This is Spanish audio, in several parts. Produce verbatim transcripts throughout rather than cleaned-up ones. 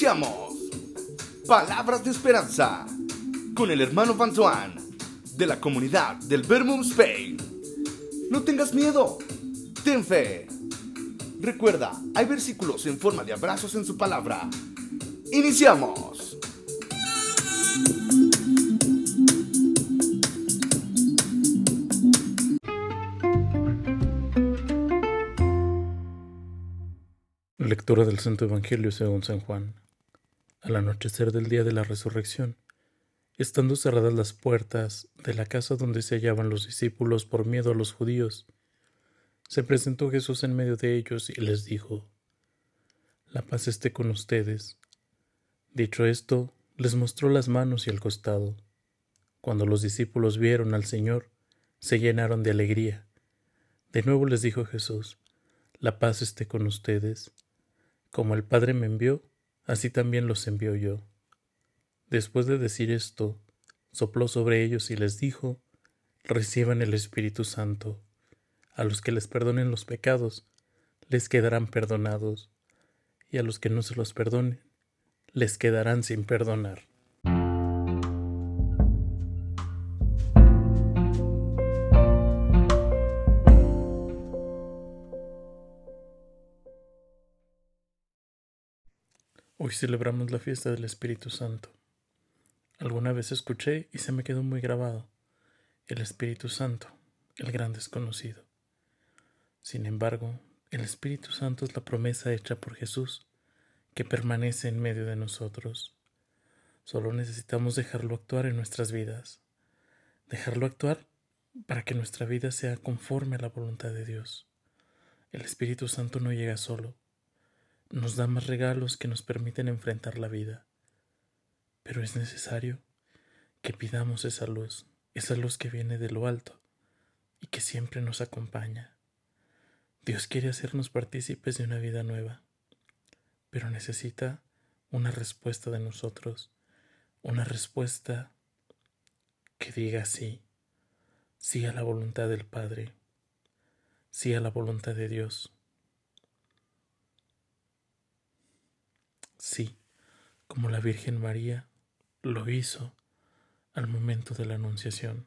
Iniciamos Palabras de Esperanza con el hermano Vantuan de la comunidad del Vermont, Spain. No tengas miedo, ten fe. Recuerda, hay versículos en forma de abrazos en su palabra. Iniciamos. Lectura del Santo Evangelio según San Juan. Al anochecer del día de la resurrección, estando cerradas las puertas de la casa donde se hallaban los discípulos por miedo a los judíos, se presentó Jesús en medio de ellos y les dijo: La paz esté con ustedes. Dicho esto, les mostró las manos y el costado. Cuando los discípulos vieron al Señor, se llenaron de alegría. De nuevo les dijo Jesús: La paz esté con ustedes. Como el Padre me envió, así también los envío yo. Después de decir esto, sopló sobre ellos y les dijo: Reciban el Espíritu Santo. A los que les perdonen los pecados, les quedarán perdonados, y a los que no se los perdonen, les quedarán sin perdonar. Hoy celebramos la fiesta del Espíritu Santo. Alguna vez escuché y se me quedó muy grabado: el Espíritu Santo, el gran desconocido. Sin embargo, el Espíritu Santo es la promesa hecha por Jesús, que permanece en medio de nosotros. Solo necesitamos dejarlo actuar en nuestras vidas. Dejarlo actuar para que nuestra vida sea conforme a la voluntad de Dios. El Espíritu Santo no llega solo. Nos da más regalos que nos permiten enfrentar la vida. Pero es necesario que pidamos esa luz, esa luz que viene de lo alto y que siempre nos acompaña. Dios quiere hacernos partícipes de una vida nueva, pero necesita una respuesta de nosotros, una respuesta que diga sí, sí a la voluntad del Padre, sí a la voluntad de Dios. Sí, como la Virgen María lo hizo al momento de la Anunciación.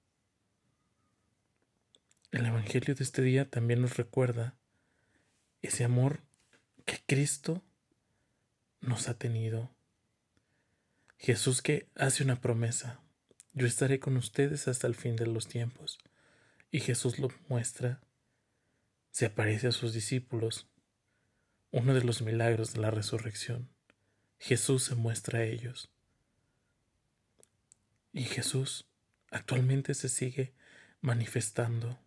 El Evangelio de este día también nos recuerda ese amor que Cristo nos ha tenido. Jesús que hace una promesa: yo estaré con ustedes hasta el fin de los tiempos. Y Jesús lo muestra, se aparece a sus discípulos. Uno de los milagros de la resurrección. Jesús se muestra a ellos. Y Jesús actualmente se sigue manifestando.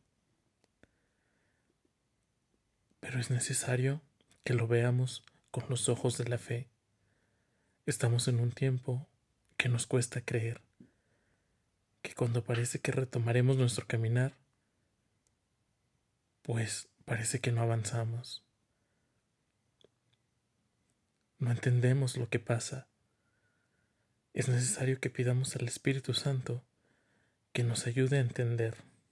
Pero es necesario que lo veamos con los ojos de la fe. Estamos en un tiempo que nos cuesta creer, que cuando parece que retomaremos nuestro caminar, pues parece que no avanzamos. No entendemos lo que pasa. Es necesario que pidamos al Espíritu Santo que nos ayude a entender.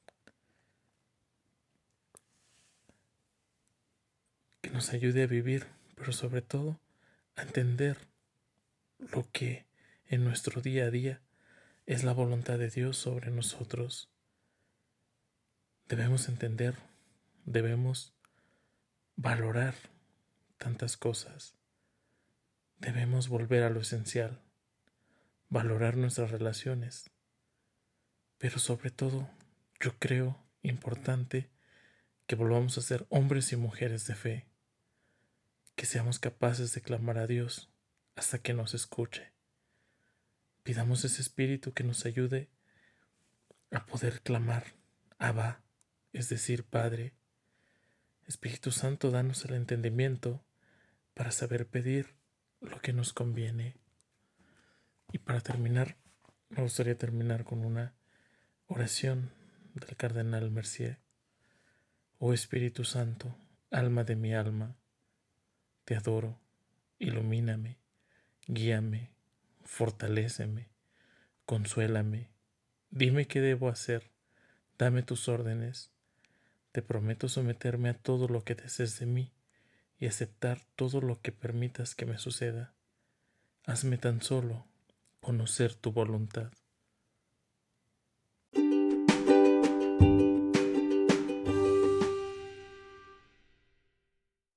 Que nos ayude a vivir, pero sobre todo a entender lo que en nuestro día a día es la voluntad de Dios sobre nosotros. Debemos entender, debemos valorar tantas cosas. Debemos volver a lo esencial, valorar nuestras relaciones. Pero sobre todo, yo creo importante que volvamos a ser hombres y mujeres de fe, que seamos capaces de clamar a Dios hasta que nos escuche. Pidamos ese Espíritu que nos ayude a poder clamar Abba, es decir, Padre. Espíritu Santo, danos el entendimiento para saber pedir lo que nos conviene. Y para terminar, me gustaría terminar con una oración del Cardenal Mercier. Oh Espíritu Santo, alma de mi alma, te adoro, ilumíname, guíame, fortaléceme, consuélame, dime qué debo hacer, dame tus órdenes. Te prometo someterme a todo lo que desees de mí y aceptar todo lo que permitas que me suceda. Hazme tan solo conocer tu voluntad.